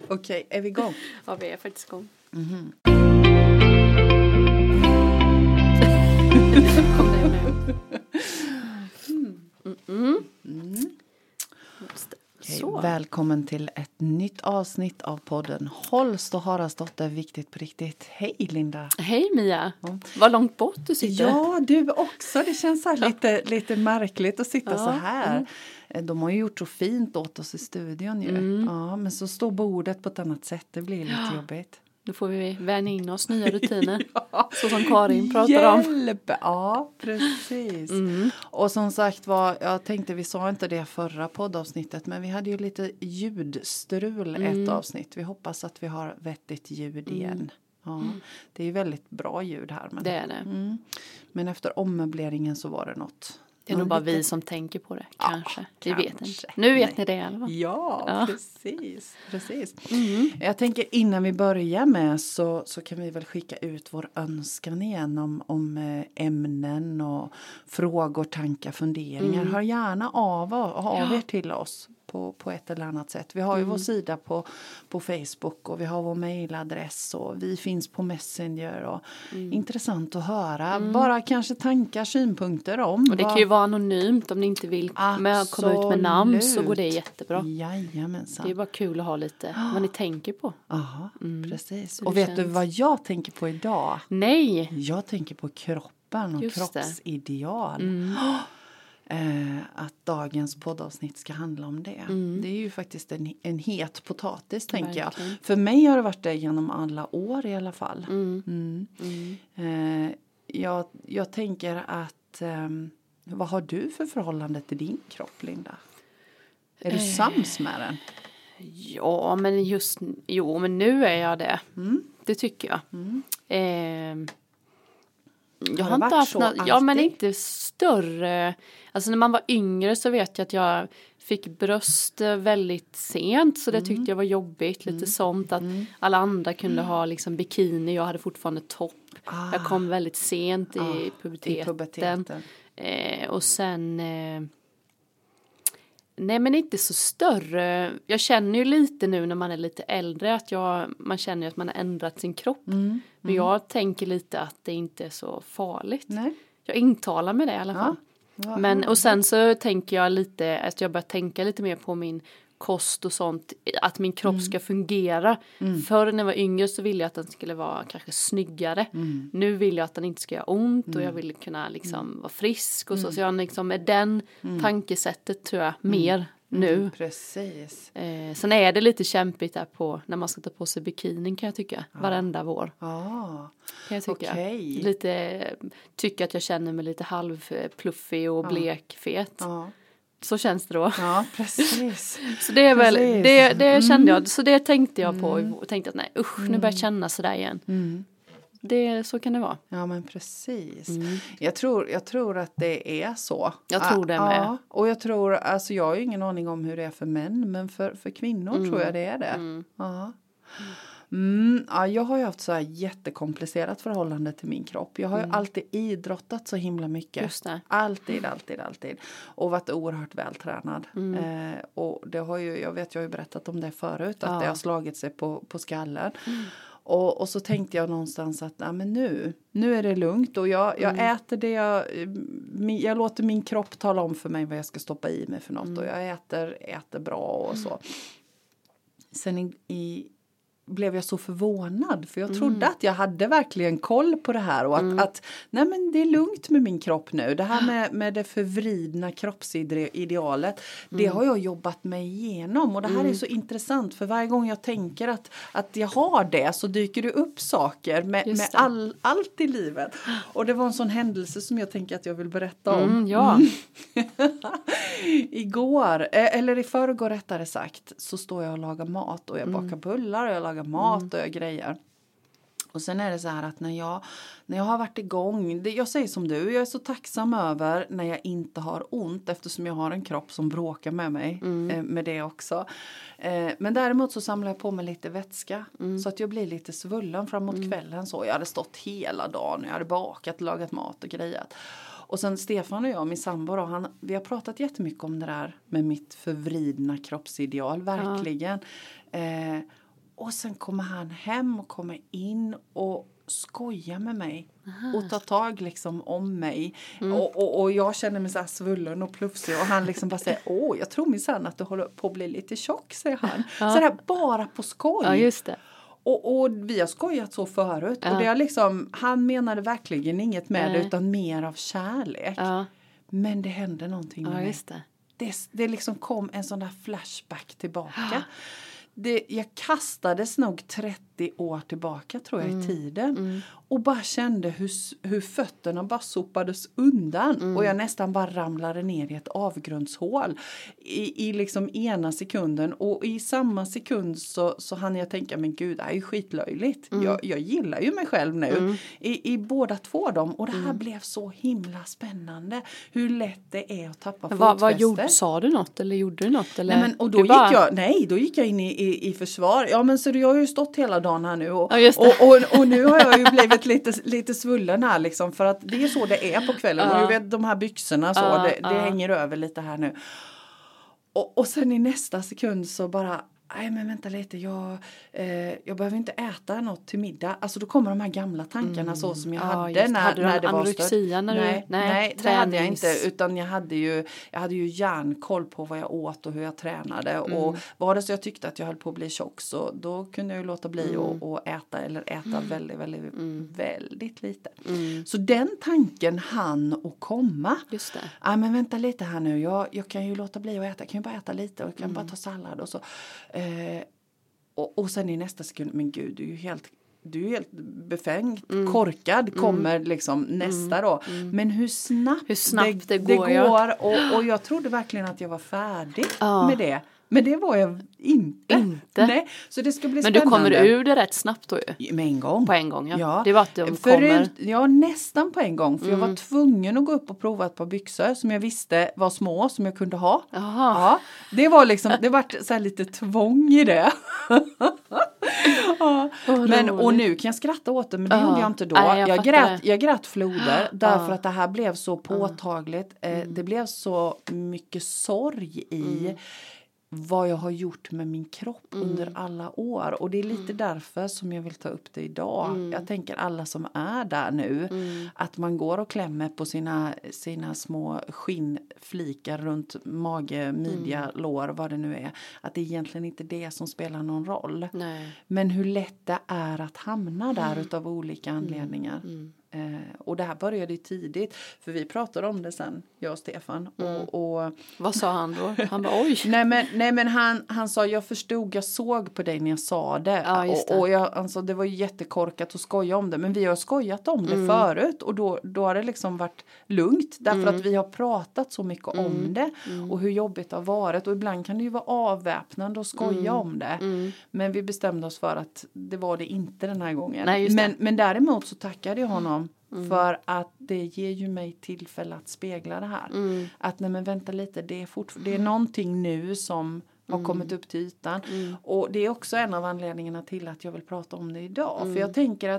Okej, är vi igång? Ja, vi är faktiskt igång. Mm-hmm. Kom det nu. Okay, välkommen till ett nytt avsnitt av podden Holst och Haraldsdotter, viktigt på riktigt. Hej Linda! Hej Mia! Vad långt bort du sitter. Ja, du också. Det känns så här lite märkligt att sitta så här. De har ju gjort så fint åt oss i studion ju. Ja, men så står bordet på ett annat sätt. Det blir lite jobbigt. Då får vi vänja in oss nya rutiner. Så som Karin pratar om. Ja, precis. Och som sagt jag tänkte vi sa inte det förra poddavsnittet. Men vi hade ju lite ljudstrul ett avsnitt. Vi hoppas att vi har vettigt ljud igen. Ja, det är ju väldigt bra ljud här. Men, det är det. Men efter ommöbleringen så var det något. Det är nog bara vi som tänker på det, kanske. Vi vet inte. Nu vet ni det i alla fall. Ja, precis. Jag tänker innan vi börjar med så kan vi väl skicka ut vår önskan igen om ämnen och frågor, tankar, funderingar. Hör gärna av er till oss. På ett eller annat sätt. Vi har ju vår sida på Facebook och vi har vår mailadress och vi finns på Messenger och intressant att höra. Bara kanske tankar, synpunkter om. Och det kan ju vara anonymt om ni inte vill komma ut med namn så går det jättebra. Jajamensan. Det är bara kul att ha lite vad ni tänker på. Ja, precis. Och vet du vad jag tänker på idag? Nej! Jag tänker på kroppen och kroppsideal. Att dagens poddavsnitt ska handla om det. Det är ju faktiskt en het potatis, tänker jag. För mig har det varit det genom alla år i alla fall. Jag tänker att vad har du för förhållande till din kropp, Linda? Är du sams med den? Ja, men nu är jag det. Det tycker jag. Jag har inte haft men inte större. Alltså när man var yngre så vet jag att jag fick bröst väldigt sent. Så det tyckte jag var jobbigt. Lite sånt att alla andra kunde ha liksom bikini. Jag hade fortfarande topp. Jag kom väldigt sent i puberteten. Och sen... Nej, men inte så större. Jag känner ju lite nu när man är lite äldre att man känner att man har ändrat sin kropp. Men jag tänker lite att det inte är så farligt. Nej. Jag intalar med det i alla fall. Ja. Och sen så tänker jag lite att jag börjar tänka lite mer på min kost och sånt. Att min kropp ska fungera. Förr när jag var yngre så ville jag att den skulle vara kanske snyggare. Nu vill jag att den inte ska göra ont. Och jag vill kunna liksom vara frisk. Och så jag liksom med den tankesättet tror jag mer nu. Precis. Sen är det lite kämpigt där när man ska ta på sig bikinin kan jag tycka. Varenda vår. Kan jag tycka. Lite, tycker att jag känner mig lite halvpluffig och blekfet. Så känns det då. Ja, precis. Så det är väl, det kände jag. Så det tänkte jag på och tänkte att nej, nu börjar jag känna sådär igen. Så kan det vara. Ja, men precis. Jag tror att det är så. Jag tror det med. Ja, och jag tror, alltså jag har ju ingen aning om hur det är för män, men för kvinnor tror jag det är det. Jag har ju haft så här jättekomplicerat förhållande till min kropp. Jag har ju alltid idrottat så himla mycket. Just det. Alltid. Och varit oerhört vältränad. Och det har ju, jag har ju berättat om det förut. Att det har slagit sig på skallen. Och så tänkte jag någonstans att men nu är det lugnt. Och jag äter det jag låter min kropp tala om för mig vad jag ska stoppa i mig för något. Och jag äter bra och så. Sen blev jag så förvånad. För jag trodde att jag hade verkligen koll på det här. Och att nej men det är lugnt med min kropp nu. Det här med det förvridna kroppsidealet. Det har jag jobbat mig igenom. Och det här är så intressant. För varje gång jag tänker att jag har det. Så dyker det upp saker med allt i livet. Och det var en sån händelse som jag tänker att jag vill berätta om. I förrgår rättare sagt. Så står jag och lagar mat. Och jag bakar bullar och jag lagar mat och jag grejer. Och sen är det så här att när jag har varit igång, jag säger som du, jag är så tacksam över när jag inte har ont eftersom jag har en kropp som bråkar med mig med det också. Men däremot så samlar jag på mig lite vätska så att jag blir lite svullen framåt kvällen så. Jag hade stått hela dagen, jag hade bakat, lagat mat och grejat. Och sen Stefan och jag, min sambo, vi har pratat jättemycket om det där med mitt förvridna kroppsideal, verkligen. Och sen kommer han hem och kommer in och skojar med mig. Och tar tag liksom om mig. Och jag känner mig så här svullen och plufsig. Och han liksom bara säger, jag tror minsann att du håller på att bli lite tjock, säger han. Så där bara på skoj. Ja, just det. Och vi har skojat så förut. Och det är liksom, han menade verkligen inget med det utan mer av kärlek. Ja. Men det hände någonting med mig. Just det. Det liksom kom en sån där flashback tillbaka. Jag kastades nog 30 år tillbaka tror jag i tiden. Och bara kände hur fötterna bara sopades undan. Och jag nästan bara ramlade ner i ett avgrundshål. I liksom ena sekunden. Och i samma sekund så hann jag tänka, men gud, det här är ju skitlöjligt. Jag gillar ju mig själv nu. I båda två dem. Och det här blev så himla spännande. Hur lätt det är att tappa fotfästet. Sa du något eller gjorde du något? Eller? Nej, men, och då gick jag in i försvar. Ja, men så jag har ju stått hela dagen här nu. Och nu har jag ju blivit lite svullen här liksom. För att det är så det är på kvällen. Och du vet, de här byxorna så. Det hänger över lite här nu. Och sen i nästa sekund så bara... Nej, men vänta lite, jag behöver inte äta något till middag. Alltså då kommer de här gamla tankarna så som jag hade när det var anorexia Nej, det hade jag inte. Utan jag hade ju järnkoll på vad jag åt och hur jag tränade. Och var det så jag tyckte att jag höll på att bli tjock, så då kunde jag ju låta bli att äta. Eller äta väldigt, väldigt, väldigt lite. Så den tanken hann att komma. Just det. Nej, men vänta lite här nu. Jag kan ju låta bli att äta. Jag kan ju bara äta lite och jag kan bara ta sallad och så. Och sen i nästa sekund, men gud, du är ju helt befängt, korkad kommer liksom nästa då. Men hur snabbt det går. Och jag trodde verkligen att jag var färdig med det. Men det var jag inte. Nej, så det ska bli spännande. Men du kommer ur det rätt snabbt då ju. Med en gång. På en gång, ja. Ja. Det var att de kommer. Ja, nästan på en gång. För jag var tvungen att gå upp och prova ett par byxor som jag visste var små, som jag kunde ha. Ja, det var liksom, det var så här lite tvång i det. Men, och nu kan jag skratta åt det, men det gjorde jag inte då. Jag grät floder därför att det här blev så påtagligt. Det blev så mycket sorg i vad jag har gjort med min kropp under alla år. Och det är lite därför som jag vill ta upp det idag. Jag tänker alla som är där nu. Att man går och klämmer på sina små skinnflikar runt mage, midja, lår, vad det nu är. Att det är egentligen inte det som spelar någon roll. Nej. Men Men hur lätt det är att hamna där utav olika anledningar. Och det här började ju tidigt. För vi pratade om det sen, jag och Stefan. Och vad sa han då? Han bara, oj. Nej men han sa, jag såg på dig när jag sa det. Ja, just det. Och alltså, det var ju jättekorkat att skoja om det. Men vi har skojat om det förut. Och då har det liksom varit lugnt. Därför att vi har pratat så mycket om det. Och hur jobbigt det har varit. Och ibland kan det ju vara avväpnande att skoja om det. Men vi bestämde oss för att det var det inte den här gången. Nej, just det. Men däremot så tackade jag honom. För att det ger ju mig tillfälle att spegla det här. Att nej men vänta lite, det är någonting nu som har kommit upp till ytan. Och det är också en av anledningarna till att jag vill prata om det idag. För jag tänker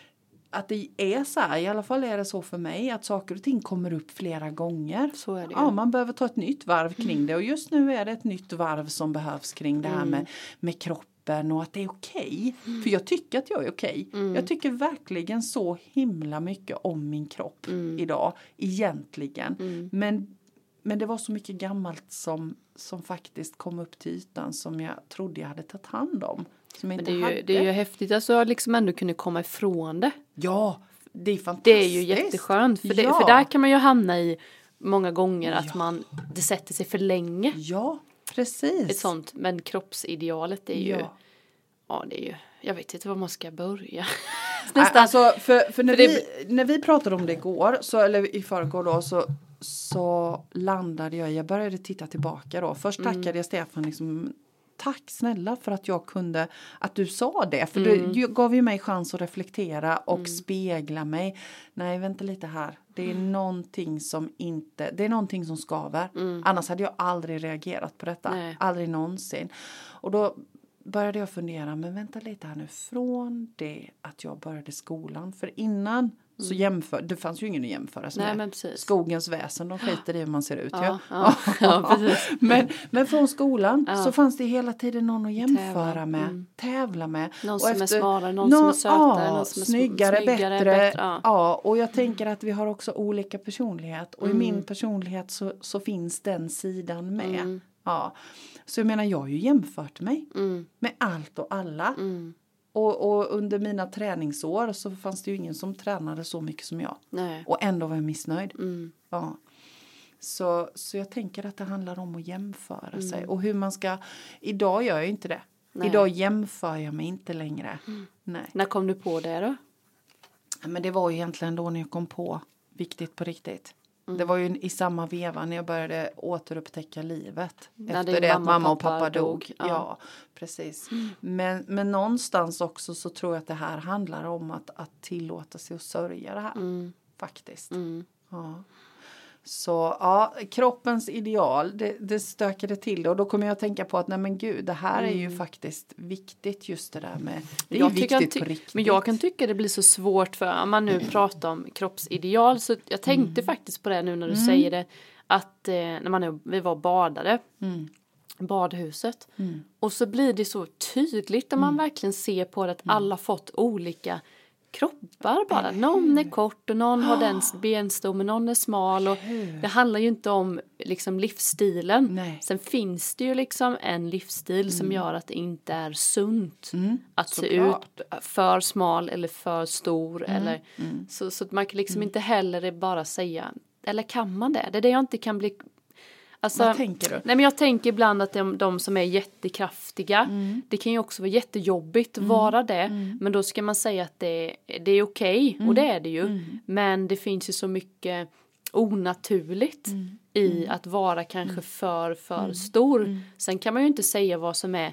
att det är så här, i alla fall är det så för mig, att saker och ting kommer upp flera gånger. Så är det ju. Ja, man behöver ta ett nytt varv kring det. Och just nu är det ett nytt varv som behövs kring det här med kroppen. Och att det är okej. För jag tycker att jag är okej. Jag tycker verkligen så himla mycket om min kropp idag. Egentligen. Men det var så mycket gammalt som faktiskt kom upp till ytan. Som jag trodde jag hade tagit hand om. Som jag inte det är ju häftigt att jag liksom ändå kunde komma ifrån det. Ja, det är fantastiskt. Det är ju jätteskönt. För där kan man ju hamna i många gånger att det sätter sig för länge. Ja, precis. Ett sånt, men kroppsidealet är ju, det är ju, jag vet inte var man ska börja. Alltså, för när vi pratade om det igår, eller i förrgår då, så landade jag började titta tillbaka då. Först tackade jag Stefan liksom, tack snälla för att jag kunde, att du sa det. För du gav ju mig chans att reflektera och spegla mig. Nej, vänta lite här. Det är någonting som skaver. Annars hade jag aldrig reagerat på detta. Nej. Aldrig någonsin. Och då började jag fundera, men vänta lite här nu. Från det att jag började skolan. För innan Så det fanns ju ingen att jämföra med. Men precis. Skogens väsen, de skiter i hur man ser ut. Ja, precis. Men från skolan så fanns det hela tiden någon att jämföra med. Tävla med. Någon som är smalare, någon som är sötare, någon som är snyggare, bättre. Ja, och jag tänker att vi har också olika personlighet. Och i min personlighet så finns den sidan med. Ja. Så jag menar, jag har ju jämfört mig med allt och alla. Och under mina träningsår så fanns det ju ingen som tränade så mycket som jag. Nej. Och ändå var jag missnöjd. Ja. Så jag tänker att det handlar om att jämföra sig. Och hur man ska... Idag gör jag inte det. Nej. Idag jämför jag mig inte längre. Nej. När kom du på det då? Men det var ju egentligen då när jag kom på viktigt på riktigt. Det var ju i samma veva när jag började återupptäcka livet. Efter det att mamma och pappa dog. Ja, precis. Men någonstans också så tror jag att det här handlar om att tillåta sig att sörja det här. Faktiskt. Ja. Så ja, kroppens ideal, det stökade till det. Och då kommer jag att tänka på att nej men gud, det här är ju faktiskt viktigt, just det där med, det är ju viktigt på riktigt. Men jag kan tycka det blir så svårt för om man nu pratar om kroppsideal, så jag tänkte faktiskt på det nu när du säger det, att när vi var badare, badhuset, och så blir det så tydligt när man verkligen ser på det att alla fått olika kroppar bara. Någon är kort och någon har den benstommen, någon är smal, och det handlar ju inte om liksom livsstilen. Nej. Sen finns det ju liksom en livsstil som gör att det inte är sunt att se ut för smal eller för stor eller så att man kan liksom inte heller bara säga, eller kan man det? Det är det jag inte kan bli. Alltså, vad tänker du? Nej, men jag tänker ibland att de som är jättekraftiga, det kan ju också vara jättejobbigt att vara det. Men då ska man säga att det är okej, och det är det ju. Men det finns ju så mycket onaturligt i att vara kanske för stor. Sen kan man ju inte säga vad som är,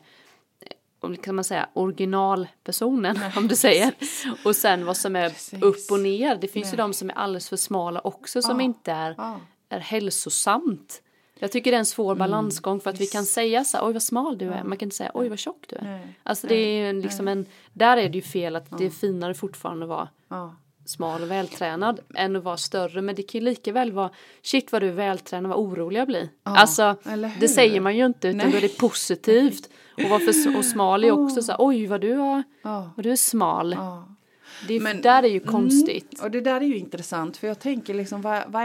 kan man säga, originalpersonen, om du säger. Och sen vad som är upp och ner. Det finns ju de som är alldeles för smala också, som inte är hälsosamt. Jag tycker det är en svår balansgång, för att vi kan säga så här, oj vad smal du är. Man kan inte säga, oj vad tjock du är. Nej. Alltså det är liksom där är det ju fel, att det är finare fortfarande att vara smal och vältränad än att vara större. Men det kan ju lika väl vara, shit vad du är vältränad, vad orolig jag blir. Alltså det säger man ju inte, utan då är det positivt. Och smal är också så här, oj vad du är smal. Men där är ju konstigt. Och det där är ju intressant, för jag tänker liksom, vad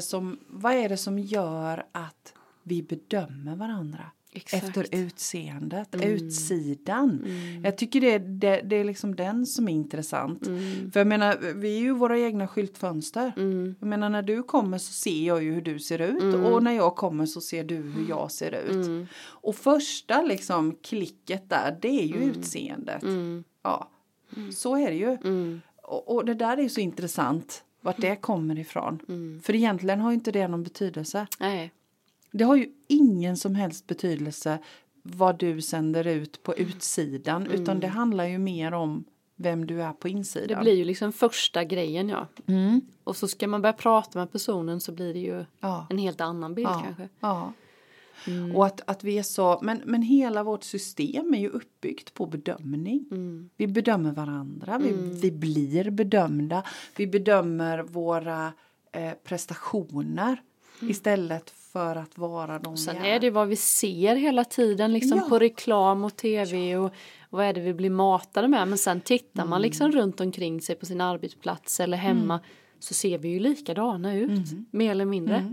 är det som gör att vi bedömer varandra? Exakt. Efter utseendet, utsidan. Jag tycker det är liksom den som är intressant. För jag menar, vi är ju våra egna skyltfönster. Jag menar, när du kommer så ser jag ju hur du ser ut. Och när jag kommer så ser du hur jag ser ut. Och första liksom klicket där, det är ju utseendet. Ja. Så är det ju. Och det där är ju så intressant, vart det kommer ifrån. För egentligen har ju inte det någon betydelse. Nej. Det har ju ingen som helst betydelse vad du sänder ut på utsidan. Utan det handlar ju mer om vem du är på insidan. Det blir ju liksom första grejen, Och så ska man börja prata med personen, så blir det ju en helt annan bild kanske. Ja. Och att vi är så, men hela vårt system är ju uppbyggt på bedömning. Vi bedömer varandra, vi blir bedömda, vi bedömer våra prestationer istället för att vara de. Sen är det vad vi ser hela tiden liksom på reklam och tv och vad är det vi blir matade med. Men sen tittar man liksom runt omkring sig på sin arbetsplats eller hemma, så ser vi ju likadana ut, mer eller mindre.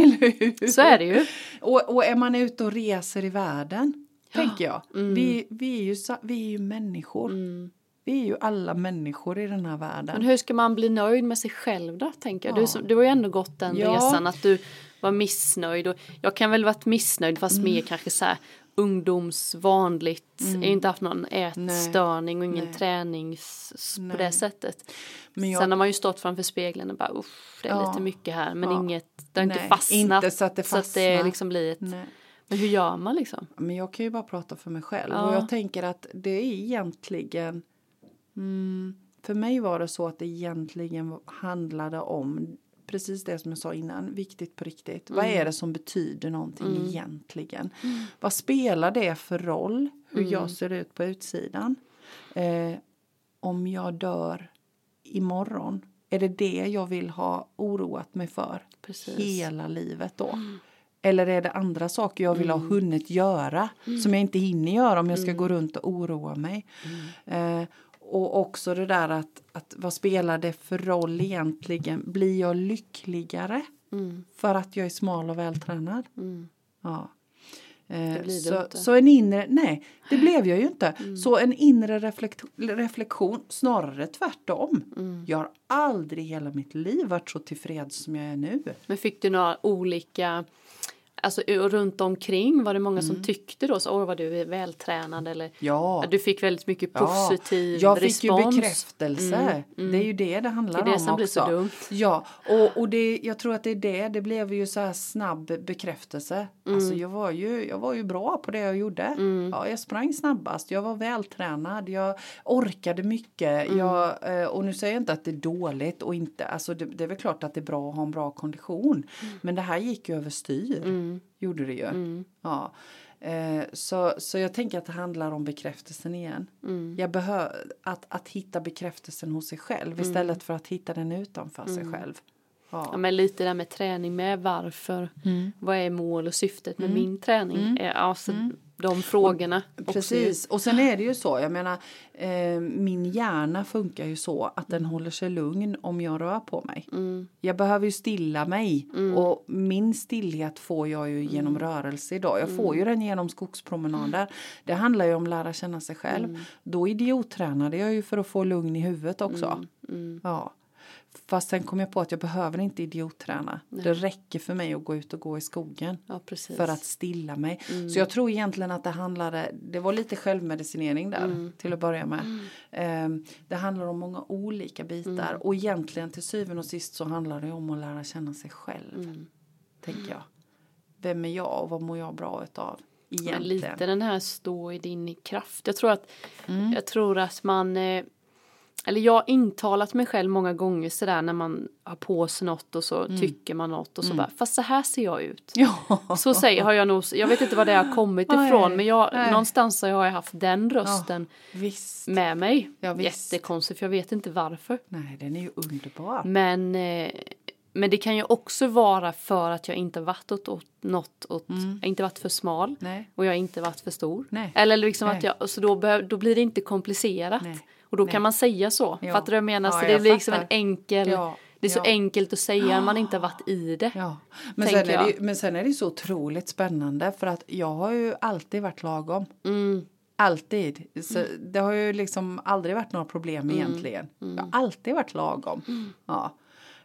Så är det ju. Och är man ute och reser i världen, tänker jag. Vi är ju människor. Vi är ju alla människor i den här världen. Men hur ska man bli nöjd med sig själv då, tänker jag? Du har ju ändå gått den resan att du var missnöjd. Och jag kan väl varit missnöjd, fast mer kanske så här ungdomsvanligt. Jag har inte haft någon ätstörning och ingen tränings på det sättet. Men sen har man ju stått framför spegeln och bara, det är lite mycket här. Men inget, det har inte fastnat. Inte så att det fastnar. Så att det liksom blir ett... Men hur gör man liksom? Men jag kan ju bara prata för mig själv. Och jag tänker att det är egentligen... för mig var det så att det egentligen handlade om precis det som jag sa innan, viktigt på riktigt. Vad är det som betyder någonting egentligen? Vad spelar det för roll hur jag ser ut på utsidan? Om jag dör imorgon, är det jag vill ha oroat mig för hela livet då? Eller är det andra saker jag vill ha hunnit göra som jag inte hinner göra om jag ska gå runt och oroa mig? Och också det där att vad spelar det för roll egentligen? Blir jag lyckligare för att jag är smal och vältränad? Ja. Så en inre, nej, det blev jag ju inte. Så en inre reflektion, snarare tvärtom. Jag har aldrig i hela mitt liv varit så tillfreds som jag är nu. Men fick du några olika, alltså runt omkring, var det många som tyckte då så, vad du är vältränad eller du fick väldigt mycket positiv respons. Jag fick ju bekräftelse. Det är ju det handlar om också. Det är det som blir så dumt. Ja, och jag tror att det blev ju så här snabb bekräftelse. Alltså jag var ju bra på det jag gjorde. Ja, jag sprang snabbast, jag var vältränad, jag orkade mycket. Och nu säger jag inte att det är dåligt och inte, alltså det är väl klart att det är bra att ha en bra kondition. Men det här gick ju överstyr. Gjorde det ju. Ja. Så jag tänker att det handlar om bekräftelsen igen. Jag behöver att hitta bekräftelsen hos sig själv istället för att hitta den utanför sig själv. Ja, men lite där med träning med varför. Vad är mål och syftet med min träning? Alltså de frågorna. Precis. Och sen är det ju så. Jag menar, min hjärna funkar ju så att den håller sig lugn om jag rör på mig. Jag behöver ju stilla mig. Och min stillhet får jag ju genom rörelse idag. Jag får ju den genom skogspromenader. Det handlar ju om att lära känna sig själv. Då idiottränade jag ju för att få lugn i huvudet också. Ja. Fast sen kom jag på att jag behöver inte idiotträna. Nej. Det räcker för mig att gå ut och gå i skogen. Ja, precis. För att stilla mig. Så jag tror egentligen att det var lite självmedicinering där till att börja med. Det handlar om många olika bitar. Och egentligen till syvende och sist så handlar det om att lära känna sig själv. Tänker jag. Vem är jag och vad mår jag bra utav? Egentligen. Men lite den här stå i din kraft. Jag tror att man... Eller jag har intalat mig själv många gånger sådär när man har på sig något och så tycker man något och så bara, fast så här ser jag ut. Ja. Så har jag nog, jag vet inte var det har kommit ifrån, men någonstans har jag haft den rösten med mig. Ja, jättekonstigt, för jag vet inte varför. Nej, den är ju underbar. Men det kan ju också vara för att jag inte varit åt jag har inte varit för smal. Nej. Och jag har inte varit för stor. Nej. Eller liksom att så då blir det inte komplicerat. Nej. Och då kan man säga så. Ja. Fattar du vad jag menar? Ja, så det blir liksom en enkel... Ja. Det är så enkelt att säga när man inte har varit i det. Ja. Men sen är det så otroligt spännande. För att jag har ju alltid varit lagom. Alltid. Så det har ju liksom aldrig varit några problem egentligen. Jag har alltid varit lagom. Ja.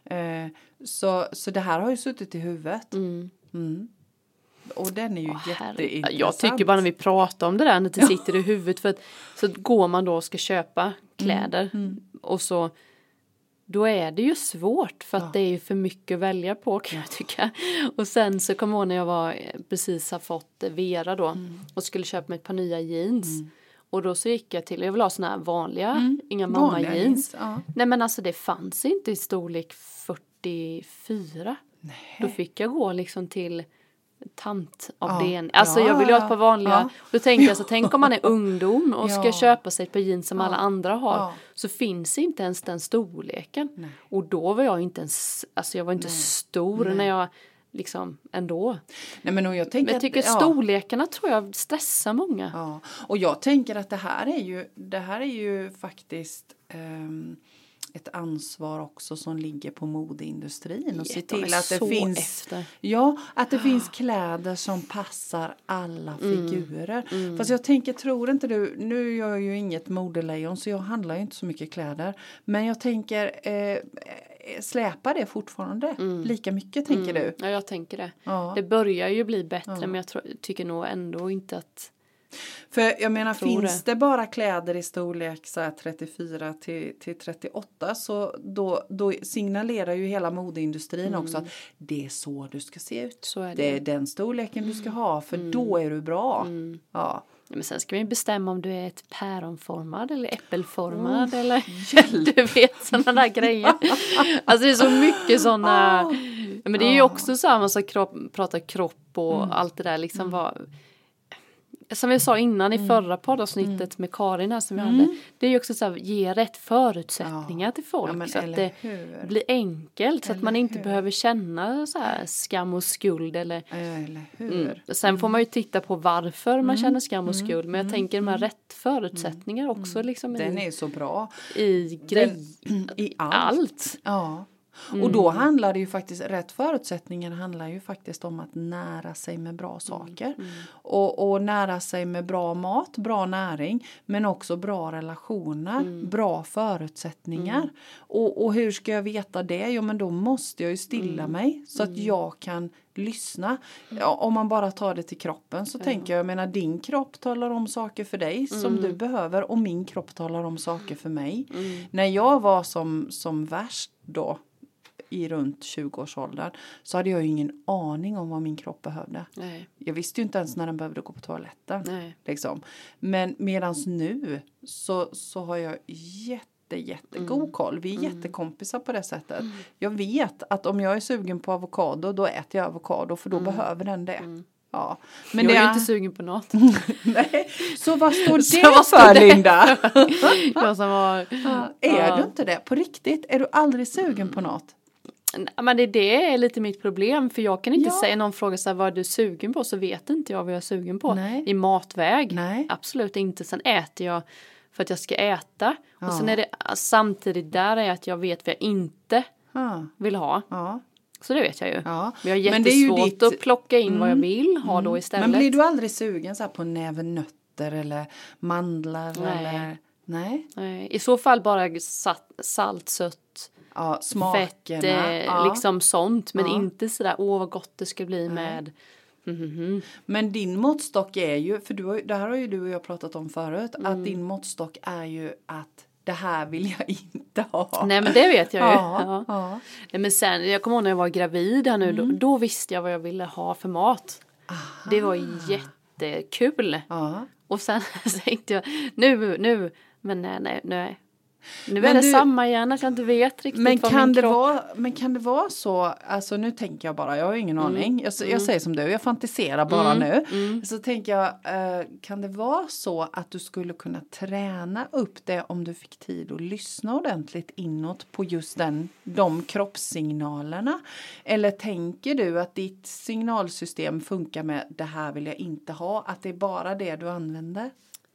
Så det här har ju suttit i huvudet. Och den är ju jätteintressant. Jag tycker bara när vi pratar om det där, när det sitter i huvudet. För att, så går man då och ska köpa kläder. Och så, då är det ju svårt. För att det är ju för mycket att välja på, kan jag tycka. Och sen så kommer jag när jag precis har fått Vera då. Och skulle köpa mig ett par nya jeans. Och då så gick jag till, jag vill ha såna här vanliga, inga mamma-jeans. Ja. Nej, men alltså det fanns inte i storlek 44. Nej. Då fick jag gå liksom till tantavdelningen. Alltså jag vill ha ett par vanliga. Ja. Då tänker jag så, tänk om man är ungdom och ska köpa sig ett par jeans som alla andra har. Ja. Så finns inte ens den storleken. Nej. Och då var jag inte ens, alltså jag var inte stor när jag liksom ändå. Nej, men jag tycker storlekarna tror jag stressar många. Ja. Och jag tänker att det här är ju faktiskt ett ansvar också som ligger på modeindustrin och se till att det finns det finns kläder som passar alla figurer. Fast jag tror inte du, nu gör jag ju inget modelejon så jag handlar ju inte så mycket kläder, men jag tänker släpar det fortfarande lika mycket, tänker du? Ja, jag tänker det. Ja. Det börjar ju bli bättre, men jag tycker nog ändå inte att... För jag menar, finns det bara kläder i storlek så här 34 till 38, så då signalerar ju hela modeindustrin också att det är så du ska se ut. Så är det är den storleken du ska ha, för då är du bra. Ja. Men sen ska vi bestämma om du är ett päronformad eller äppelformad eller du vet sådana där grejer. Alltså det är så mycket sådana. Men det är ju också samma som prata kropp och allt det där liksom som vi sa innan i förra poddavsnittet med Karin här som vi hade. Det är ju också så här, ge rätt förutsättningar till folk. Så att det blir enkelt. Så att man inte behöver känna så här skam och skuld. Eller hur? Sen får man ju titta på varför man känner skam och skuld. Men jag tänker de här rätt förutsättningar också. Liksom den är så bra. I allt. Ja. Och då handlar det ju faktiskt, rätt förutsättningar handlar ju faktiskt om att nära sig med bra saker. Och nära sig med bra mat, bra näring, men också bra relationer, bra förutsättningar. Och hur ska jag veta det? Jo, men då måste jag ju stilla mig så att jag kan lyssna. Ja, om man bara tar det till kroppen så tänker jag menar din kropp talar om saker för dig som du behöver och min kropp talar om saker för mig. När jag var som värst då i runt 20-årsåldern så hade jag ju ingen aning om vad min kropp behövde. Nej. Jag visste ju inte ens när den behövde gå på toaletten. Nej. Liksom. Men medans nu så har jag jättegod koll. Vi är jättekompisar på det sättet. Jag vet att om jag är sugen på avokado då äter jag avokado för då behöver den det. Ja. Men jag det är inte sugen på något. Nej. Så vad står det för, Linda? Jag som var, är du inte det? På riktigt? Är du aldrig sugen på något? Men det är lite mitt problem. För jag kan inte säga någon fråga så här, vad är du sugen på? Så vet inte jag vad jag är sugen på. Nej. I matväg. Nej. Absolut inte. Sen äter jag för att jag ska äta. Och sen är det samtidigt där är att jag vet vad jag inte vill ha. Ja. Så det vet jag ju. Ja. Men jag har jättesvårt att plocka in vad jag vill ha då istället. Men blir du aldrig sugen så här på nävernötter eller mandlar? Nej. Eller? Nej. I så fall bara salt, sött, smakerna. Fett, liksom sånt. Men inte sådär, vad gott det ska bli med. Men din måttstock är ju, för det här har ju du och jag pratat om förut, att din måttstock är ju att det här vill jag inte ha. Nej, men det vet jag ju. Ja. Nej, men sen, jag kommer ihåg när jag var gravid här nu, då visste jag vad jag ville ha för mat. Aha. Det var jättekul. Och sen tänkte jag, nu, men nej. Nu är det samma igen att jag inte vet riktigt vad min kropp... Men kan det vara så, alltså nu tänker jag bara, jag har ingen aning. Jag säger som du, jag fantiserar bara nu. Så tänker jag, kan det vara så att du skulle kunna träna upp det om du fick tid att lyssna ordentligt inåt på just de kroppssignalerna? Eller tänker du att ditt signalsystem funkar med det här vill jag inte ha, att det är bara det du använder?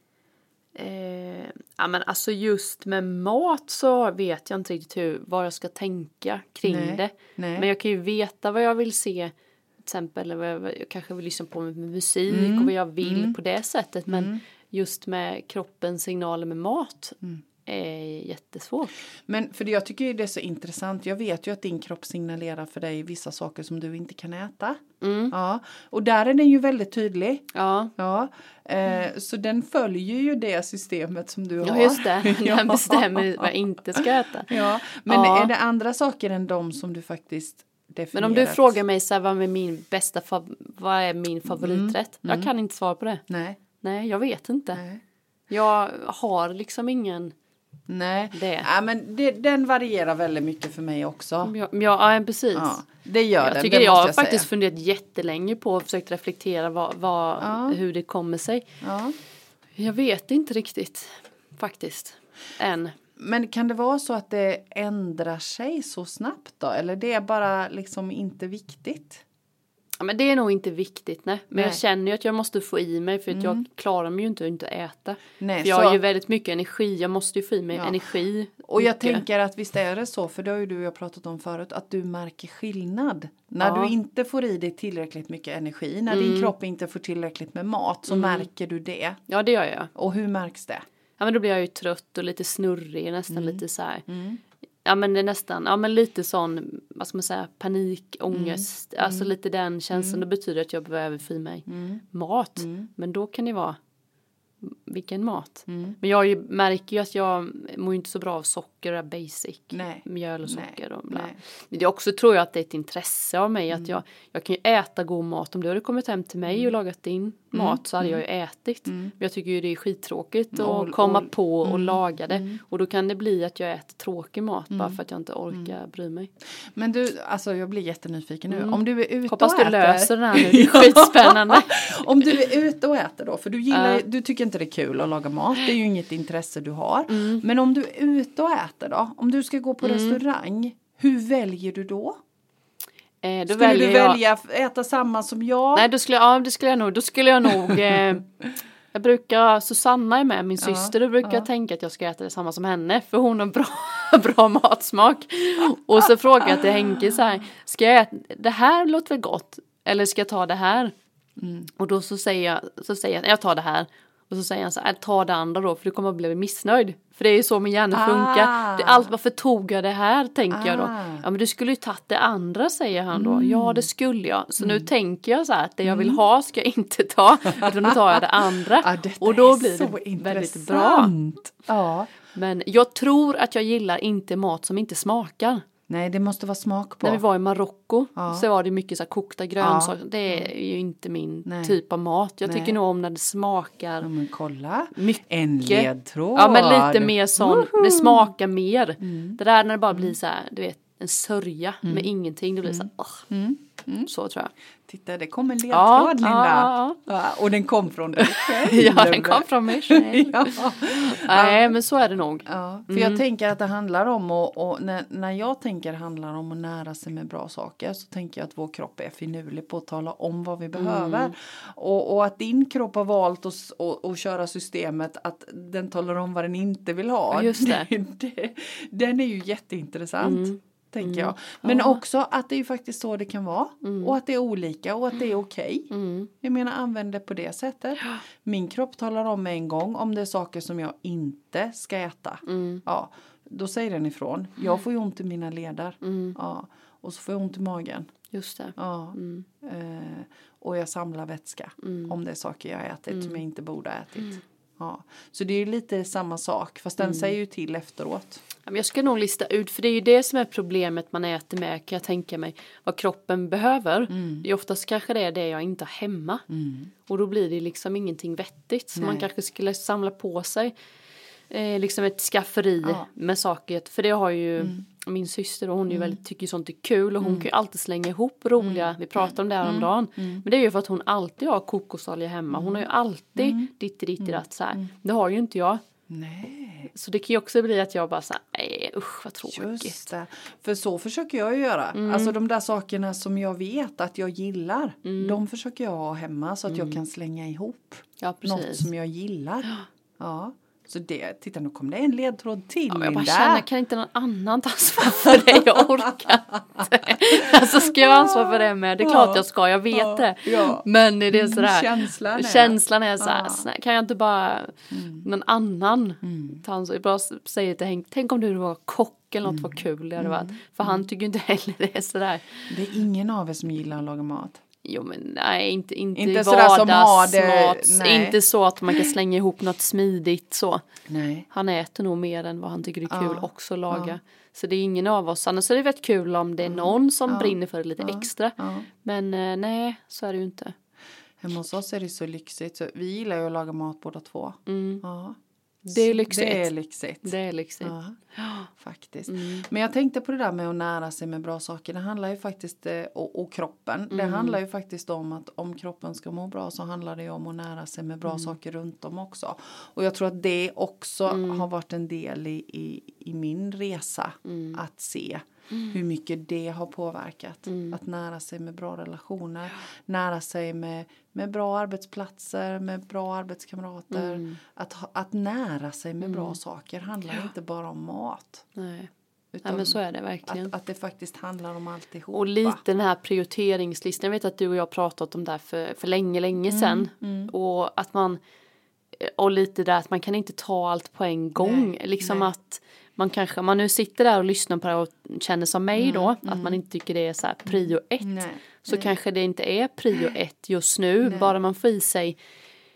Ja, men alltså just med mat så vet jag inte riktigt vad jag ska tänka kring det. Nej. Men jag kan ju veta vad jag vill se. Till exempel, jag kanske vill lyssna på med musik och vad jag vill på det sättet. Men just med kroppens signaler med mat är jättesvårt. Men för jag tycker ju det är så intressant. Jag vet ju att din kropp signalerar för dig vissa saker som du inte kan äta. Ja. Och där är den ju väldigt tydlig. Ja. Så den följer ju det systemet som du har. Ja, just det. Den bestämmer vad jag inte ska äta. Ja. Men är det andra saker än de som du faktiskt definierat? Men om du frågar mig så här, vad är min favoriträtt? Jag kan inte svara på det. Nej, jag vet inte. Nej. Jag har liksom ingen... Nej, ja, men den varierar väldigt mycket för mig också. Ja, precis. Ja, det gör den. Jag har faktiskt funderat jättelänge på och försökt reflektera hur det kommer sig. Ja. Jag vet inte riktigt faktiskt än. Men kan det vara så att det ändrar sig så snabbt då? Eller det är bara liksom inte viktigt? Ja, men det är nog inte viktigt, nej. Men jag känner ju att jag måste få i mig för att jag klarar mig ju inte att inte äta. Nej, för jag har ju väldigt mycket energi, jag måste ju få i mig energi. Och jag tänker att visst är det så, för det har ju du och jag pratat om förut, att du märker skillnad. När du inte får i dig tillräckligt mycket energi, när din kropp inte får tillräckligt med mat, så märker du det. Ja, det gör jag. Och hur märks det? Ja, men då blir jag ju trött och lite snurrig, nästan lite så här... Ja, men det är nästan, lite sån, vad ska man säga, panik, ångest. Alltså lite den känslan, det betyder att jag behöver få i mig mat. Men då kan det vara, vilken mat? Men jag märker ju att jag mår inte så bra av socker och basic. Mjöl och socker och bla. Men det också tror jag att det är ett intresse av mig, att jag kan ju äta god mat. Om du hade kommit hem till mig och lagat din mat så hade jag ju ätit. Men jag tycker ju det är skittråkigt att komma på och laga det. Och då kan det bli att jag äter tråkig mat bara för att jag inte orkar bry mig. Men du, alltså jag blir jättenyfiken nu. Om du är ute Hoppas och äter. Du löser det här nu, det är skitspännande. Om du är ute och äter då, för du tycker inte det är kul att laga mat. Det är ju inget intresse du har. Men om du är ute och äter då, om du ska gå på restaurang, hur väljer du då? Skulle du välja att äta samma som jag? Nej, det skulle jag nog. Då skulle jag nog... jag brukar... Susanna är med, min syster. Då brukar jag tänka att jag ska äta det samma som henne. För hon har bra matsmak. Och så frågar jag till Henke så här. Ska jag äta... Det här låter väl gott? Eller ska jag ta det här? Och då så säger jag tar det här. Och så säger han så här, ta det andra då, för du kommer att bli missnöjd. För det är ju så min hjärna funkar. Det är allt, varför tog jag det här, tänker jag då. Ja, men du skulle ju tagit det andra, säger han då. Ja, det skulle jag. Så nu tänker jag så här, att det jag vill ha ska jag inte ta. Utan nu tar jag det andra. Och då blir det väldigt bra. Ja. Men jag tror att jag gillar inte mat som inte smakar. Nej, det måste vara smak på. När vi var i Marocko så var det mycket så här kokta grönsaker. Det är ju inte min typ av mat. Jag tycker nog om när det smakar. Ja, men kolla. Mycket. En ledtråd. Ja, men lite mer sån. Det smakar mer. Det där när det bara blir så här, du vet, en sörja med ingenting. Det blir så här, så tror jag. Titta, det kom en ledtråd, Linda. Ja, och den kom från dig själv. Ja, den kom från mig själv. Nej, men så är det nog. Ja, för jag tänker att det handlar om och när jag tänker handlar om att nära sig med bra saker, så tänker jag att vår kropp är finurlig på att tala om vad vi behöver. Och att din kropp har valt att köra systemet att den talar om vad den inte vill ha. Just det. Den är ju jätteintressant. Tänker jag. Men också att det är ju faktiskt så det kan vara. Och att det är olika och att det är okej. Jag menar, använd det på det sättet. Min kropp talar om en gång om det är saker som jag inte ska äta. Ja, då säger den ifrån. Jag får ju ont i mina leder. Ja, och så får jag ont i magen. Just det. Ja. Och jag samlar vätska. Om det är saker jag har ätit som jag inte borde ha ätit. Ja. Så det är ju lite samma sak. Fast den säger ju till efteråt. Jag ska nog lista ut. För det är ju det som är problemet man äter med. Kan jag tänka mig. Vad kroppen behöver. Det är oftast kanske det jag inte har hemma. Och då blir det liksom ingenting vettigt. Så man kanske skulle samla på sig. Liksom ett skafferi med saker. För det har ju min syster. Och hon är ju väldigt, tycker sånt är kul. Och hon kan ju alltid slänga ihop roliga. Vi pratade om det här om dagen. Men det är ju för att hon alltid har kokosolja hemma. Hon har ju alltid ditt så här. Det har ju inte jag. Nej. Så det kan ju också bli att jag bara så här, nej usch vad tråkigt. Just det. För så försöker jag ju göra. Alltså de där sakerna som jag vet att jag gillar. De försöker jag ha hemma så att jag kan slänga ihop. Ja, precis. Något som jag gillar. Ja. Så titta, nu kom det en ledtråd till, Linda. Jag bara känner, kan inte någon annan ta ansvar för det? Jag orkar inte. Alltså ska jag ansvara för det med? Det är klart jag ska, jag vet det. Ja. Men är det sådär. Känslan är så här, kan jag inte bara någon annan ta ansvar? Jag bara säger till Henk, tänk om du var kock eller något var kul. Det hade varit. För han tycker inte heller det är sådär. Det är ingen av er som gillar att laga mat. Jo men nej, inte vardagsmat. Inte så att man kan slänga ihop något smidigt så. Nej. Han äter nog mer än vad han tycker är kul också att laga. Så det är ingen av oss. Annars är det väldigt kul om det är någon som brinner för det lite extra. Men nej, så är det ju inte. Hemma hos oss är det så lyxigt. Så vi gillar ju att laga mat båda två. Ja. Det är lyxigt. Det är lyxigt. Ja, faktiskt. Men jag tänkte på det där med att nära sig med bra saker. Det handlar ju faktiskt, och kroppen. Det handlar ju faktiskt om att om kroppen ska må bra så handlar det ju om att nära sig med bra saker runt om också. Och jag tror att det också har varit en del i min resa att se hur mycket det har påverkat. Att nära sig med bra relationer. Nära sig med bra arbetsplatser. Med bra arbetskamrater. Att nära sig med bra saker handlar inte bara om mat. Nej. Men så är det verkligen. Att det faktiskt handlar om alltihopa. Och lite den här prioriteringslistan. Jag vet att du och jag har pratat om det här för länge sedan. Och att man... Och lite där att man kan inte ta allt på en gång. Nej, liksom att man nu sitter där och lyssnar på det och känner som mig då. Att man inte tycker det är så här prio 1. Så kanske det inte är prio 1 just nu. Bara man får i sig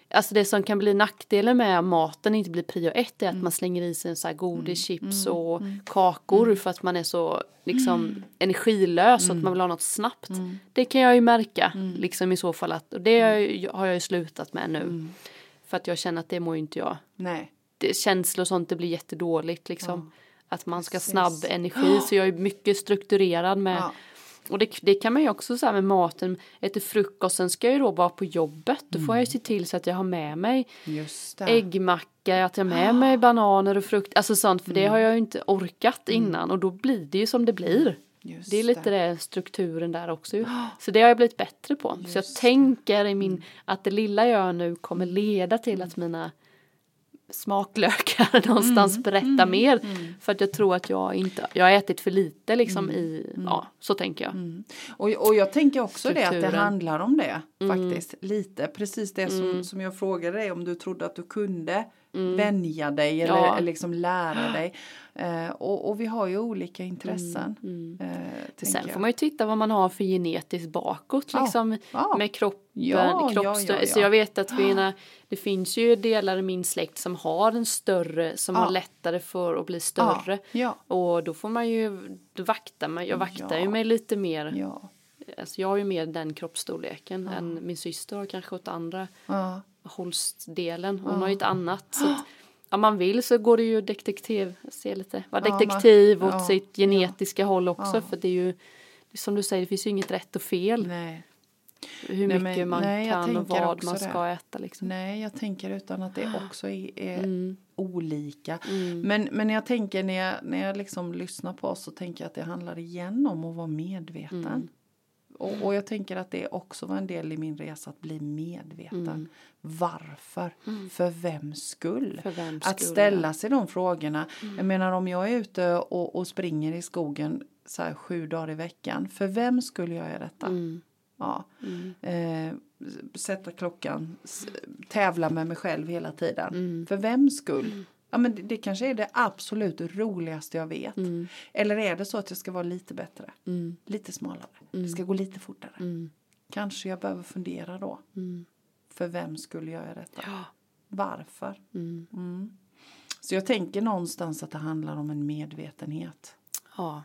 alltså det som kan bli nackdelen med att maten inte blir prio 1 är att man slänger i sig en så här godis, chips och kakor för att man är så liksom energilös och att man vill ha något snabbt. Det kan jag ju märka liksom i så fall att, och det har jag ju slutat med nu. För att jag känner att det mår ju inte jag. Nej. Känslor och sånt, det blir jättedåligt liksom. Att man ska snabb energi, så jag är mycket strukturerad med. Och det kan man ju också säga med maten. Äter frukosten ska jag ju då vara på jobbet. Då får jag ju se till så att jag har med mig äggmacka, att jag har med mig bananer och frukt. Alltså sånt, för det har jag ju inte orkat innan. Och då blir det ju som det blir. Det är lite det strukturen där också. Så det har jag blivit bättre på. Så jag tänker att det lilla jag gör nu kommer leda till att mina smaklökar någonstans berätta mer. För att jag tror att jag har ätit för lite liksom så tänker jag. Och jag tänker också det att det handlar om det faktiskt. Lite, precis det som jag frågade dig om du trodde att du kunde vänja dig eller liksom lära dig. Och vi har ju olika intressen. Sen får man ju titta vad man har för genetiskt bakåt liksom, med kroppen. Så jag vet att det finns ju delar i min släkt som har en större, som har lättare för att bli större. Och då får man ju, jag vaktar ju mig lite mer. Alltså jag har ju mer den kroppsstorleken än min syster har kanske åt andra hållsdelen. Hon har ju ett annat. Så att, om man vill så går det ju vara detektiv åt sitt genetiska håll också. För det är ju, som du säger, det finns ju inget rätt och fel. Nej. Hur mycket man kan och vad man ska äta. Liksom. Nej, jag tänker utan att det också är olika. Men jag tänker när jag liksom lyssnar på oss så tänker jag att det handlar igen om att vara medveten. Och jag tänker att det också var en del i min resa att bli medveten. Varför? För vems skull? Att ställa sig de frågorna. Jag menar om jag är ute och springer i skogen så här 7 dagar i veckan. För vem skulle jag göra detta? Sätta klockan, tävla med mig själv hela tiden. För vems skull? Ja, men det kanske är det absolut roligaste jag vet. Eller är det så att jag ska vara lite bättre? Lite smalare. Det ska gå lite fortare. Kanske jag behöver fundera då. För vem skulle jag göra detta? Varför? Så jag tänker någonstans att det handlar om en medvetenhet. Ja,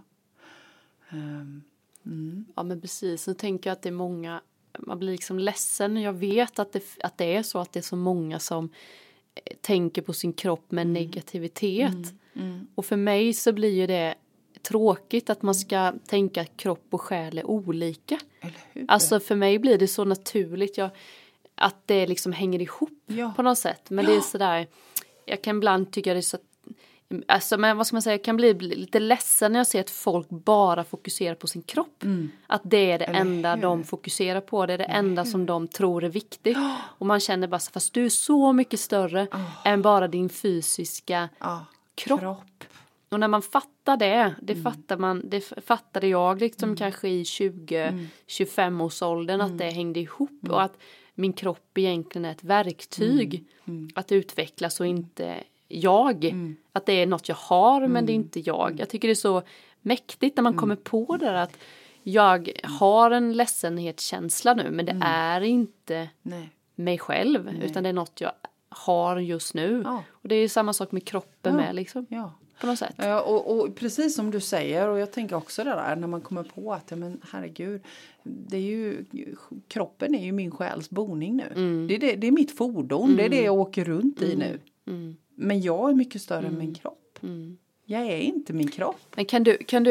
men precis. Så tänker jag att det är många, man blir liksom ledsen. Jag vet att det är så att det är så många som tänker på sin kropp med negativitet. Och för mig så blir ju det tråkigt att man ska tänka att kropp och själ är olika. Alltså för mig blir det så naturligt att det liksom hänger ihop på något sätt. Men det är sådär, jag kan ibland tycka det är så, alltså, men vad ska man säga, jag kan bli lite ledsen när jag ser att folk bara fokuserar på sin kropp. Att det är det enda de fokuserar på. Det är det enda som de tror är viktigt. Och man känner bara, fast du är så mycket större än bara din fysiska kropp. Och när man fattar det fattade jag liksom kanske i 20-25 års åldern att det hängde ihop. Och att min kropp egentligen är ett verktyg att utvecklas och inte jag. Att det är något jag har men det är inte jag. Jag tycker det är så mäktigt när man kommer på det att jag har en ledsenhetskänsla nu men det är inte mig själv utan det är något jag har just nu. Och det är samma sak med kroppen med liksom. På något sätt. Och precis som du säger, och jag tänker också det där när man kommer på att men herregud, det är ju, kroppen är ju min själs boning nu. Det är mitt fordon, det är det jag åker runt i nu. Men jag är mycket större än min kropp. Jag är inte min kropp. Men kan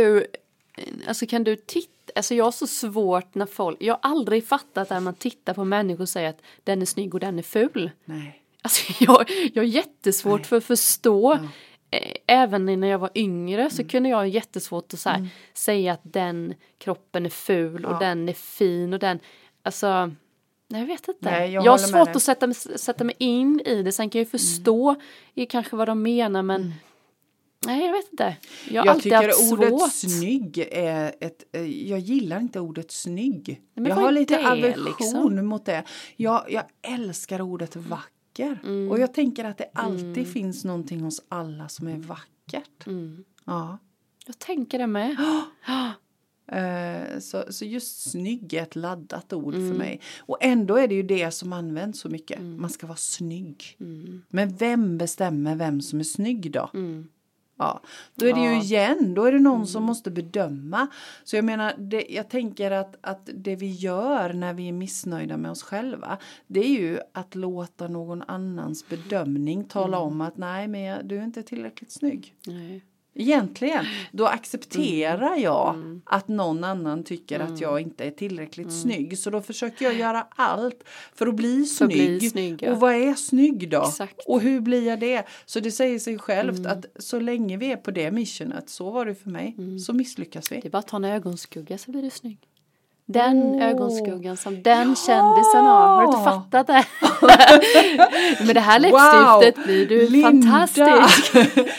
du titta, alltså jag har så svårt när jag har aldrig fattat att man tittar på människor och säger att den är snygg och den är ful. Nej. Alltså jag har jättesvårt för att förstå. Även när jag var yngre så kunde jag ha jättesvårt att säga att den kroppen är ful och den är fin och den, alltså, nej, jag vet inte. Nej, jag har svårt att sätta mig in i det. Sen kan jag förstå kanske vad de menar, men nej, jag vet inte. Jag tycker ordet snygg är jag gillar inte ordet snygg. Men jag har lite aversion mot det. Jag älskar ordet vacker. Och jag tänker att det alltid finns någonting hos alla som är vackert. Ja. Jag tänker det med. Så just snygg är ett laddat ord för mig. Och ändå är det ju det som används så mycket. Man ska vara snygg. Men vem bestämmer vem som är snygg då? Ja, då är det ju igen, då är det någon som måste bedöma. Så jag menar, jag tänker att det vi gör när vi är missnöjda med oss själva, det är ju att låta någon annans bedömning tala om att nej, men du är inte tillräckligt snygg. Nej. Egentligen, då accepterar jag att någon annan tycker att jag inte är tillräckligt snygg. Så då försöker jag göra allt för att bli snygg. Och vad är snygg då? Exakt. Och hur blir jag det? Så det säger sig självt att så länge vi är på det missionet, så var det för mig, så misslyckas vi. Det är bara att ta en ögonskugga så blir du snygg. Den ögonskuggan som den kändisen har. Har du inte fattat det? Med det här läppstiftet blir du Linda. fantastisk.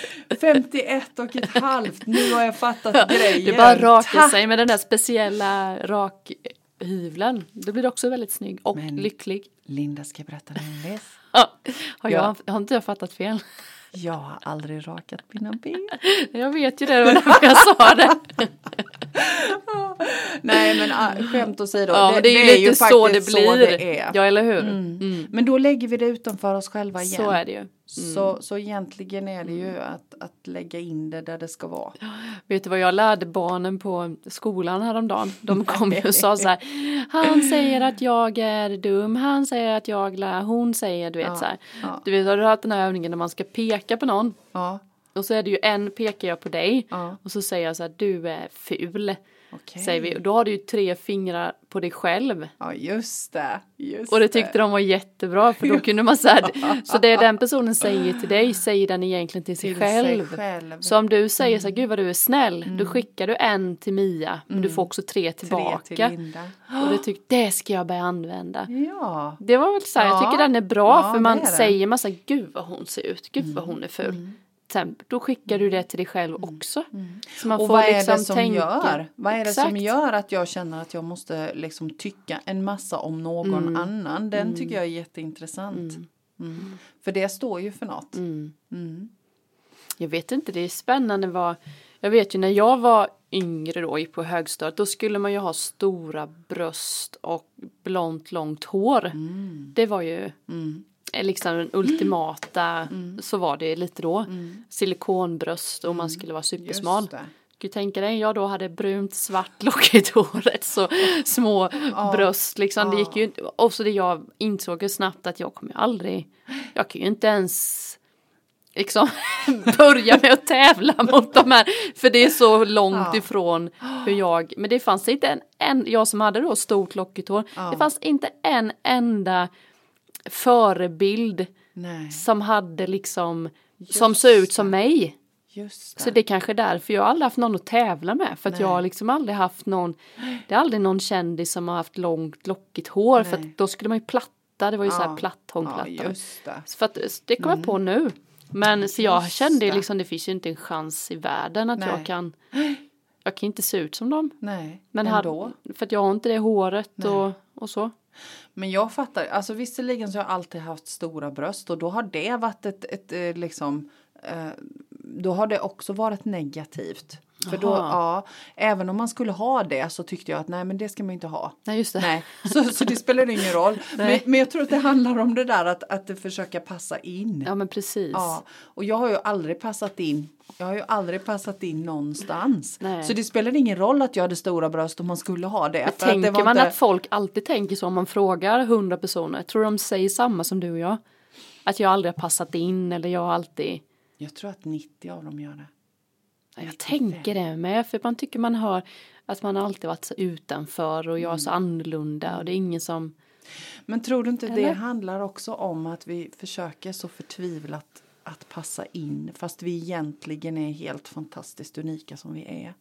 51,5. Nu har jag fattat grejer. Du bara rakar sig med den där speciella rakhyvlen. Då blir du också väldigt snygg och lycklig. Linda, ska jag berätta en läs? Har inte jag fattat fel? Jag har aldrig rakat mina ben. Jag vet ju det var därför jag sa det. Nej, men skämt åsido. Ja, det är ju lite så det blir. Så det är. Ja, eller hur? Men då lägger vi det utanför oss själva igen. Så är det ju. Så egentligen är det ju att lägga in det där det ska vara. Vet du vad jag lärde barnen på skolan häromdagen? De kom ju och sa så här: han säger att jag är dum, han säger att jag lär, hon säger, du vet så här. Ja. Du vet, har du hört den här övningen när man ska peka på någon? Ja. Och så är det ju pekar jag på dig. Ja. Och så säger jag så här: du är ful. Okay. Säger vi. Och då har du ju 3 fingrar på dig själv. Ja, just det. Och det tyckte de var jättebra. För då kunde man säga, så det den personen säger till dig, säger den egentligen till sig själv. Så om du säger så här: gud vad du är snäll. Då skickar du 1 till Mia. Men du får också 3 tillbaka. 3 till Linda. Och det ska jag börja använda. Ja. Det var väl så här, jag tycker den är bra. För man säger massa, gud vad hon ser ut. Gud vad hon är ful. Då skickar du det till dig själv också. Så man och får vad är liksom det som gör? Vad är det som gör att jag känner att jag måste liksom tycka en massa om någon annan? Den tycker jag är jätteintressant. För det står ju för något. Jag vet inte, det är spännande jag vet ju när jag var yngre då, gick på högstadiet, då skulle man ju ha stora bröst och blont långt hår. Det var ju liksom den ultimata, så var det lite då. Silikonbröst och man skulle vara supersmal. Du tänka dig, jag då hade brunt, svart, lockigt hår, så små bröst liksom. Det gick ju inte, och så det jag insåg ju snabbt att jag kan ju inte ens liksom börja med att tävla mot de här, för det är så långt ifrån hur men det fanns inte jag som hade då stort lockigt hår, det fanns inte en enda förebild som hade liksom som såg ut som mig. Just det. Så det är kanske därför jag aldrig haft någon att tävla med, för att jag har liksom aldrig haft någon, det är aldrig någon kändis som har haft långt lockigt hår. För att då skulle man ju platta, det var ju så här platt hångplatta. Just det. Så för att det kommer jag på nu. Men så jag kände liksom, det finns ju inte en chans i världen att jag kan inte se ut som dem. Nej, men för att jag har inte det håret och så. Men jag fattar, alltså visserligen så har jag alltid haft stora bröst, och då har det varit ett liksom, då har det också varit negativt. För då, även om man skulle ha det, så tyckte jag att nej, men det ska man inte ha. Nej, just det. Nej. Så det spelar ingen roll. Men jag tror att det handlar om det där att försöka passa in. Ja, men precis. Ja, och jag har ju aldrig passat in. Någonstans. Nej. Så det spelar ingen roll att jag hade stora bröst om man skulle ha det. Men tänker man att folk alltid tänker så om man frågar 100 personer? Jag tror de säger samma som du och jag. Att jag aldrig har passat in, eller jag alltid... Jag tror att 90 av dem gör det. Jag tänker det med, för man tycker man hör att man alltid varit så utanför och jag är så annorlunda och det är ingen som... Men tror du inte det handlar också om att vi försöker så förtvivlat att passa in, fast vi egentligen är helt fantastiskt unika som vi är.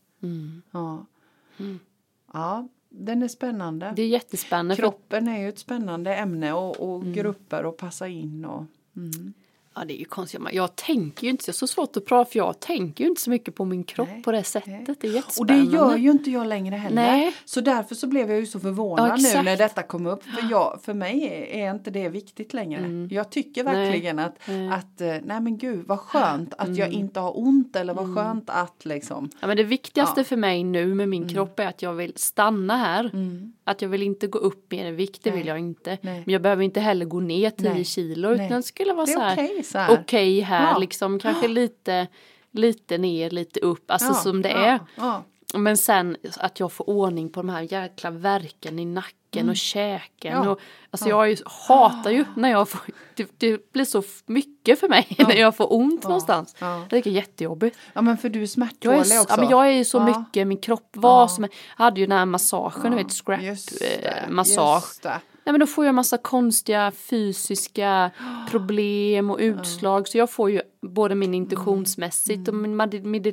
Ja, den är spännande. Det är jättespännande. Kroppen är ju ett spännande ämne och grupper och passa in och... Ja, det är ju konstigt. Jag tänker ju inte, det är så svårt att prata för jag tänker ju inte så mycket på min kropp på det sättet. Det är jättespännande. Och det gör ju inte jag längre heller. Nej. Så därför så blev jag ju så förvånad nu när detta kom upp. För mig är inte det viktigt längre. Jag tycker verkligen att nej men gud vad skönt att jag inte har ont eller vad skönt att liksom. Ja, men det viktigaste för mig nu med min kropp är att jag vill stanna här. Att jag vill inte gå upp mer i vikt, det vill jag inte. Men jag behöver inte heller gå ner 10 kilo utan det skulle vara så här okej här liksom kanske lite ner, lite upp, alltså som det är. Men sen att jag får ordning på de här jäkla värken i nacken och käken och alltså jag hatar ju när jag får det blir så mycket för mig när jag får ont någonstans. Det är jättejobbigt. Ja, men för du är smärttålig också. Ja, men jag är ju så mycket min kropp var som jag hade ju den här massagen, du vet scrap massage. Nej, men då får jag massa konstiga fysiska problem och utslag. Så jag får ju både min intentionsmässigt och min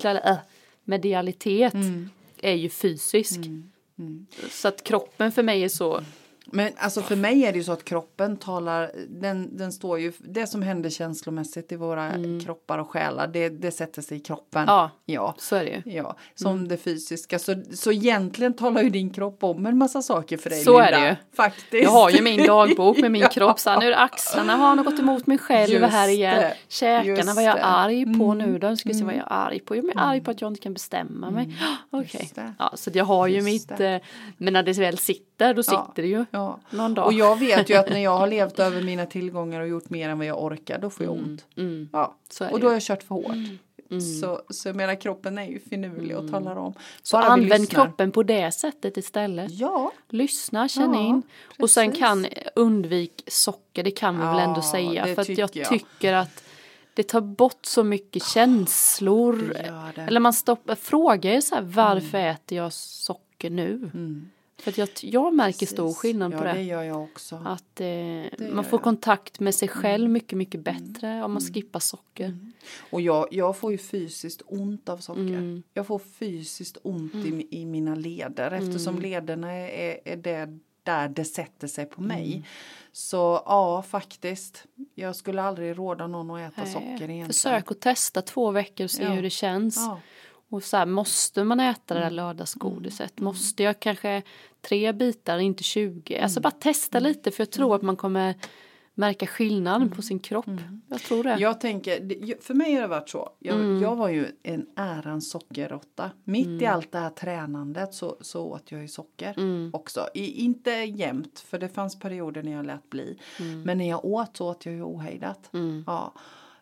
medialitet är ju fysisk. Så att kroppen för mig är så... Men alltså för mig är det ju så att kroppen talar, den står ju, det som händer känslomässigt i våra kroppar och själar, det sätter sig i kroppen. Ja, så är det ju. Ja, som det fysiska. Så egentligen talar ju din kropp om en massa saker för dig, så Linda. Är det ju. Faktiskt. Jag har ju min dagbok med min kropp. Så nu är axlarna har nog gått emot mig själv här igen. Käkarna var jag arg på nu då. Ska se vad jag är arg på. Jag är arg på att jag inte kan bestämma mig. Okej. Ja, så jag har ju mitt, men när det väl sitter, då sitter det ju. Någon dag. Och jag vet ju att när jag har levt över mina tillgångar och gjort mer än vad jag orkar, då får jag ont. Och då har jag kört för hårt. Så jag menar, kroppen är ju finurlig och talar om. Så använd kroppen på det sättet istället. Ja. Lyssna, känn in. Precis. Och sen kan undvik socker, det kan man väl ändå säga. För att jag tycker att det tar bort så mycket känslor. Eller man frågar ju så här, varför äter jag socker nu? För att jag märker stor skillnad på det. Ja, det gör jag också. Att man får kontakt med sig själv mycket, mycket bättre om man skippar socker. Och jag får ju fysiskt ont av socker. Jag får fysiskt ont i mina leder. Eftersom lederna är det där det sätter sig på mig. Så ja, faktiskt. Jag skulle aldrig råda någon att äta socker egentligen. Försök att testa 2 veckor och se hur det känns. Ja. Och så här, måste man äta det där lördagsgodiset? Måste jag kanske 3 bitar, inte 20? Alltså bara testa lite, för jag tror att man kommer märka skillnad på sin kropp. Jag tror det. Jag tänker, för mig har det varit så. Jag var ju en ärans sockerrotta. Mitt i allt det här tränandet så åt jag ju socker också. Inte jämt, för det fanns perioder när jag lät bli. Men när jag åt så åt jag ju ohejdat. Ja.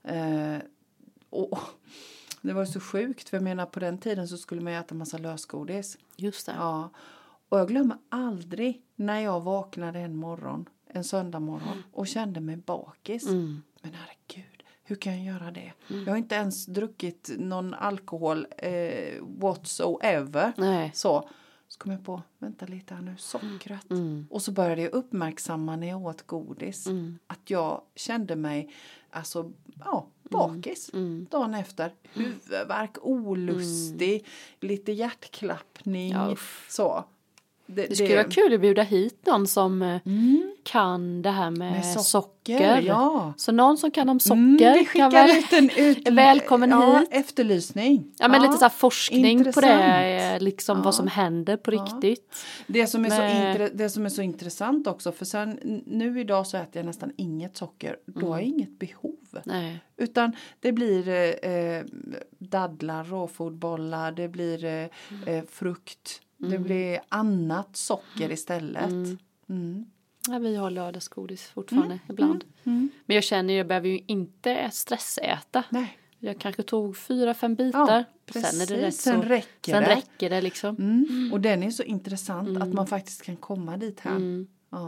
Och det var så sjukt, för jag menar på den tiden så skulle man äta massa lösgodis. Just det. Ja. Och jag glömmer aldrig när jag vaknade en söndag morgon och kände mig bakis. Men herregud, hur kan jag göra det? Jag har inte ens druckit någon alkohol whatsoever. Nej. Så kom jag på, vänta lite här nu, sockret. Och så började jag uppmärksamma när jag åt godis att jag kände mig bakis dagen efter. Huvudvärk, olustig, lite hjärtklappning. Så. Det skulle vara kul att bjuda hit någon som kan det här med socker. Ja. Så någon som kan om socker vi skickar välkommen hit. Efterlysning. Ja, men lite så här forskning på det, liksom vad som händer på riktigt. Det som är så intressant också, för sen nu idag så äter jag nästan inget socker. Då har jag inget behov. Nej. Utan det blir dadlar, råfodbollar, det blir frukt. Det blir annat socker istället. Ja, vi har lördagsgodis fortfarande ibland. Men jag känner jag behöver ju inte stressäta. Nej. Jag kanske tog 4-5 bitar. Sen är det rätt sen räcker det liksom. Och den är så intressant att man faktiskt kan komma dit här.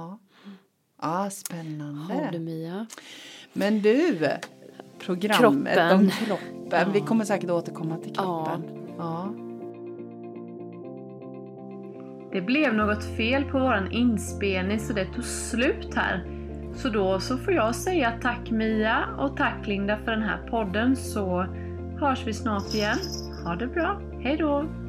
Spännande. Har du, Mia? Men du, programmet om kroppen. Vi kommer säkert återkomma till kroppen. Ja. Det blev något fel på våran inspelning så det tog slut här. Så då så får jag säga tack Mia och tack Linda för den här podden, så hörs vi snart igen. Ha det bra, hej då!